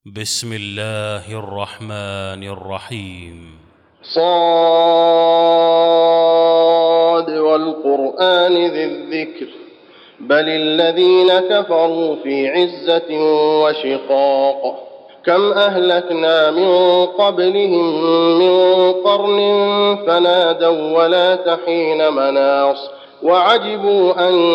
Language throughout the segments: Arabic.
بسم الله الرحمن الرحيم. صاد والقرآن ذي الذكر بل الذين كفروا في عزة وشقاق كم أهلكنا من قبلهم من قرن فنادوا ولا تحين مناص وعجبوا أن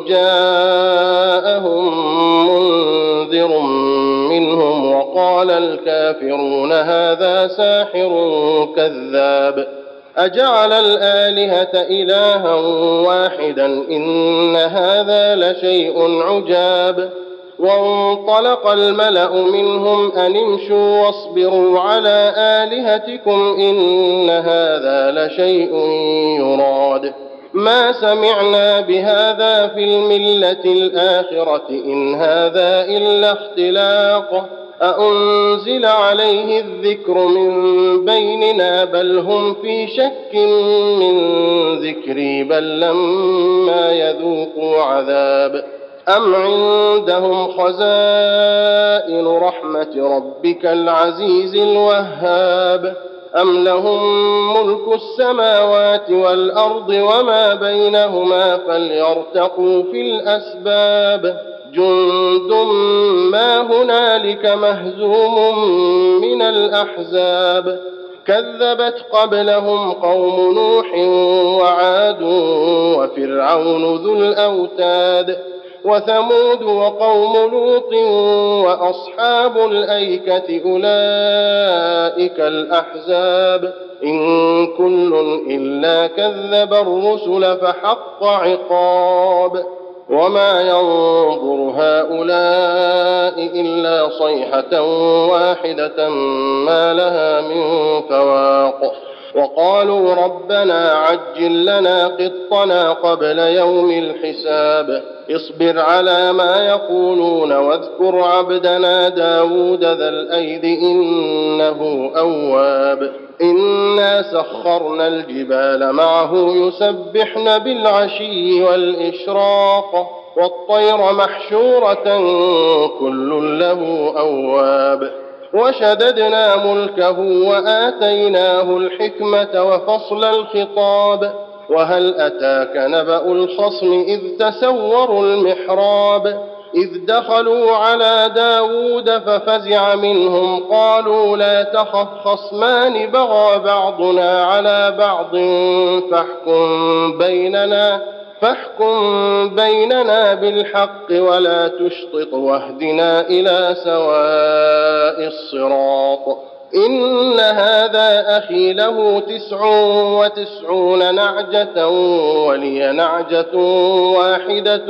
جاءهم منذر منهم وقال الكافرون هذا ساحر كذاب أجعل الآلهة إلها واحدا إن هذا لشيء عجاب وانطلق الملأ منهم أن امشوا واصبروا على آلهتكم إن هذا لشيء يراد ما سمعنا بهذا في الملة الآخرة إن هذا إلا اختلاق أأنزل عليه الذكر من بيننا بل هم في شك من ذكري بل لما يذوقوا عذاب أم عندهم خزائن رحمة ربك العزيز الوهاب أم لهم ملك السماوات والأرض وما بينهما فليرتقوا في الأسباب جند ما هنالك مهزوم من الأحزاب كذبت قبلهم قوم نوح وعاد وفرعون ذو الأوتاد وثمود وقوم لوط وأصحاب الأيكة أولئك الأحزاب إن كل إلا كذب الرسل فحق عقاب وما ينظر هؤلاء إلا صيحة واحدة ما لها من فواق وقالوا ربنا عجل لنا قطنا قبل يوم الحساب اصبر على ما يقولون واذكر عبدنا داود ذا الأيد إنه أواب إنا سخرنا الجبال معه يسبحن بالعشي والإشراق والطير محشورة كل له أواب وشددنا ملكه وآتيناه الحكمة وفصل الخطاب وهل أتاك نبأ الخصم إذ تسوروا المحراب إذ دخلوا على داود ففزع منهم قالوا لا تخف خصمان بغى بعضنا على بعض فاحكم بيننا بالحق ولا تشطط واهدنا إلى سواء الصراط إن هذا أخي له 99 نعجة ولي نعجة واحدة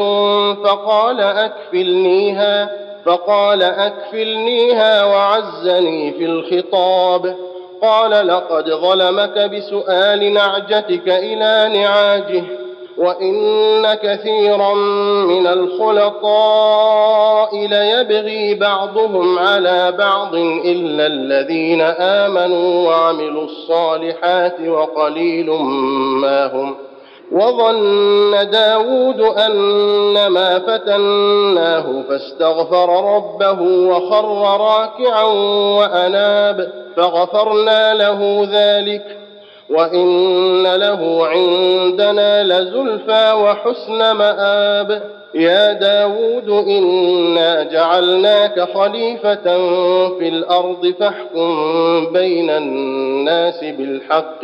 فقال أكفلنيها وعزني في الخطاب قال لقد ظلمك بسؤال نعجتك إلى نعاجه وإن كثيرا من الخلطاء ليبغي بعضهم على بعض إلا الذين آمنوا وعملوا الصالحات وقليل ما هم وظن داود أنما فتناه فاستغفر ربه وخر راكعا وأناب فغفرنا له ذلك وإن له عندنا لزلفى وحسن مآب يا داود إنا جعلناك خليفة في الأرض فاحكم بين الناس بالحق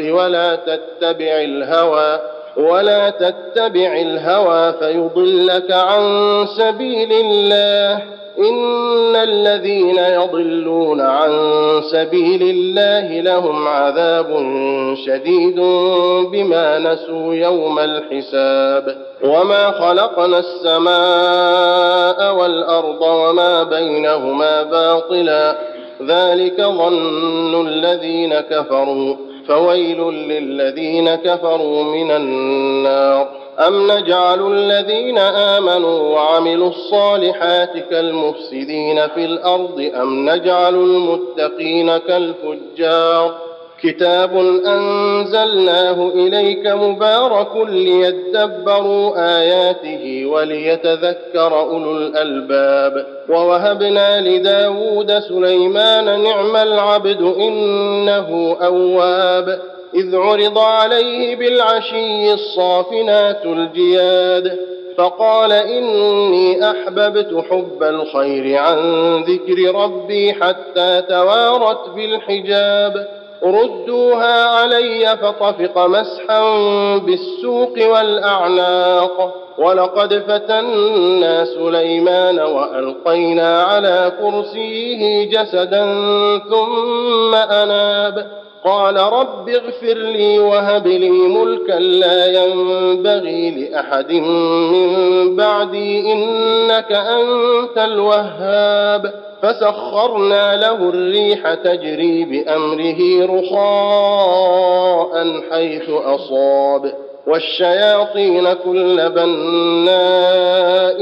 ولا تتبع الهوى فيضلك عن سبيل الله إن الذين يضلون عن سبيل الله لهم عذاب شديد بما نسوا يوم الحساب وما خلقنا السماء والأرض وما بينهما باطلا ذلك ظن الذين كفروا فويل للذين كفروا من النار أم نجعل الذين آمنوا وعملوا الصالحات كالمفسدين في الأرض أم نجعل المتقين كالفجار كتاب أنزلناه إليك مبارك ليدبروا آياته وليتذكر أولو الألباب. ووهبنا لداود سليمان نعم العبد إنه أواب. إذ عرض عليه بالعشي الصافنات الجياد فقال إني أحببت حب الخير عن ذكر ربي حتى توارت بالحجاب. ردوها علي فطفق مسحا بالسوق والأعناق. ولقد فتنا سليمان وألقينا على كرسيه جسدا ثم أناب. قال رب اغفر لي وهب لي ملكا لا ينبغي لأحد من بعدي إنك أنت الوهاب. فسخرنا له الريح تجري بأمره رخاء حيث أصاب والشياطين كل بناء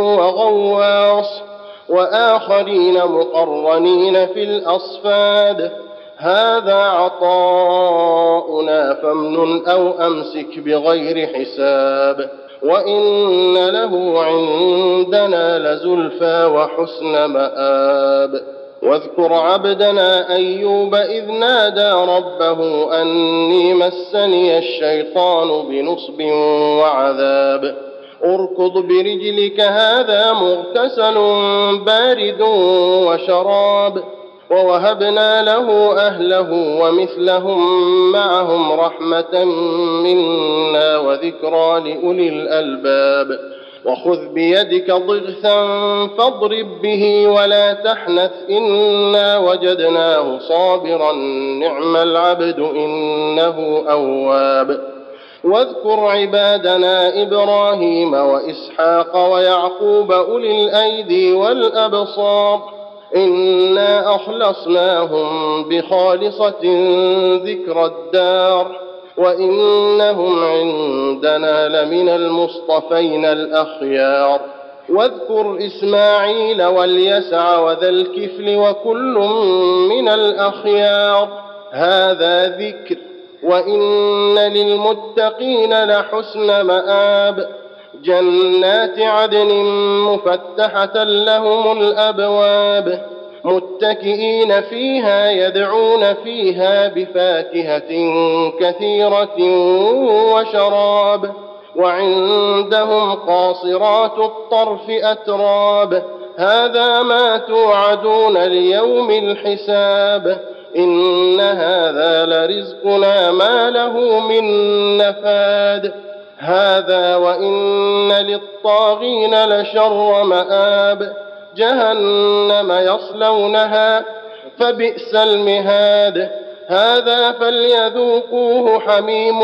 وغواص وآخرين مقرنين في الأصفاد. هذا عطاؤنا فامنن أو أمسك بغير حساب. وإن له عندنا لزلفى وحسن مآب. واذكر عبدنا أيوب إذ نادى ربه أني مسني الشيطان بنصب وعذاب. اركض برجلك هذا مغتسل بارد وشراب. ووهبنا له أهله ومثلهم معهم رحمة منا وذكرى لأولي الألباب. وخذ بيدك ضغثا فاضرب به ولا تحنث إنا وجدناه صابرا نعم العبد إنه أواب. واذكر عبادنا إبراهيم وإسحاق ويعقوب أولي الأيدي والأبصار إنا أخلصناهم بخالصة ذكر الدار وإنهم عندنا لمن المصطفين الأخيار. واذكر إسماعيل واليسع وذا الكفل وكل من الأخيار. هذا ذكر وإن للمتقين لحسن مآب. جنات عدن مفتحة لهم الأبواب متكئين فيها يدعون فيها بفاكهة كثيرة وشراب. وعندهم قاصرات الطرف أتراب. هذا ما توعدون ليوم الحساب. إن هذا لرزقنا ما له من نفاد. هذا وإن للطاغين لشر مآب. جهنم يصلونها فبئس المهاد. هذا فليذوقوه حميم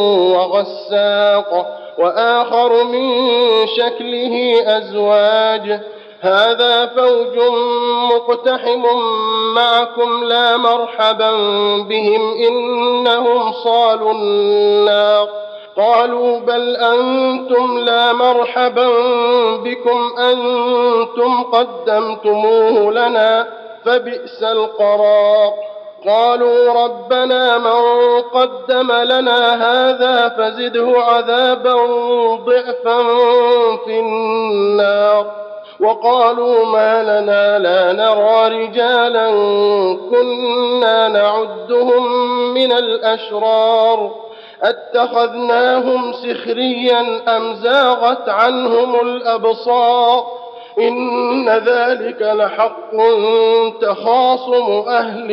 وغساق وآخر من شكله أزواج. هذا فوج مقتحم معكم لا مرحبا بهم إنهم صالوا النار. قالوا بل أنتم لا مرحبا بكم أنتم قدمتموه لنا فبئس القرار. قالوا ربنا من قدم لنا هذا فزده عذابا ضعفا في النار. وقالوا ما لنا لا نرى رجالا كنا نعدهم من الأشرار أتخذناهم سخريا أم زاغت عنهم الأبصار. إن ذلك لحق تخاصم أهل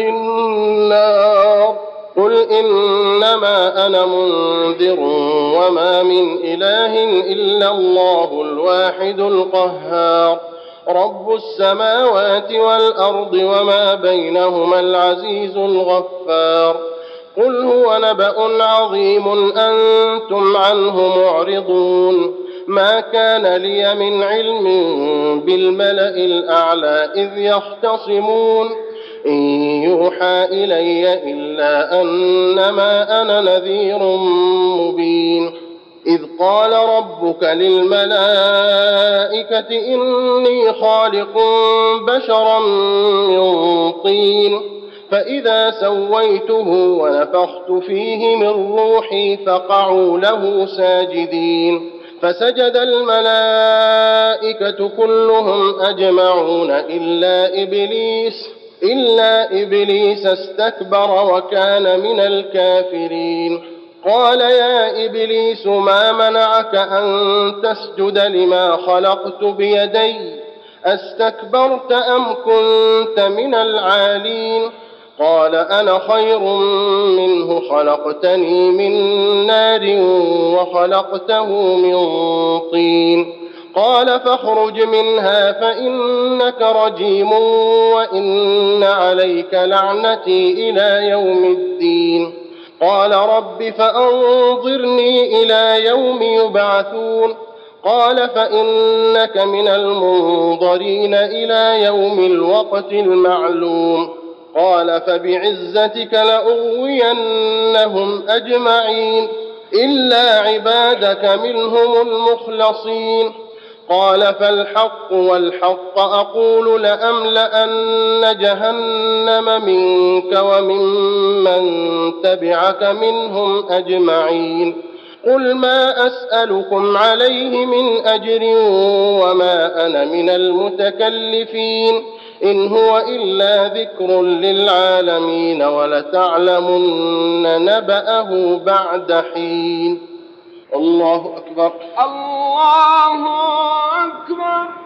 النار. قل إنما أنا منذر وما من إله إلا الله الواحد القهار. رب السماوات والأرض وما بينهما العزيز الغفار. قل هو نبأ عظيم أنتم عنه معرضون. ما كان لي من علم بالملأ الأعلى إذ يختصمون إن يوحى إلي إلا أنما أنا نذير مبين. إذ قال ربك للملائكة إني خالق بشرا من طين فإذا سويته ونفخت فيه من روحي فقعوا له ساجدين فسجد الملائكة كلهم أجمعون إلا إبليس استكبر وكان من الكافرين. قال يا إبليس ما منعك أن تسجد لما خلقت بيدي أستكبرت أم كنت من العالين؟ قال أنا خير منه خلقتني من نار وخلقته من طين. قال فاخرج منها فإنك رجيم وإن عليك لعنتي إلى يوم الدين. قال رب فأنظرني إلى يوم يبعثون. قال فإنك من المنظرين إلى يوم الوقت المعلوم. قال فبعزتك لأغوينهم أجمعين إلا عبادك منهم المخلصين. قال فالحق والحق أقول لأملأن جهنم منك وممن تبعك منهم أجمعين. قل ما أسألكم عليه من أجر وما أنا من المتكلفين إن هو إلا ذكر للعالمين ولتعلمن نبأه بعد حين. الله أكبر. الله أكبر.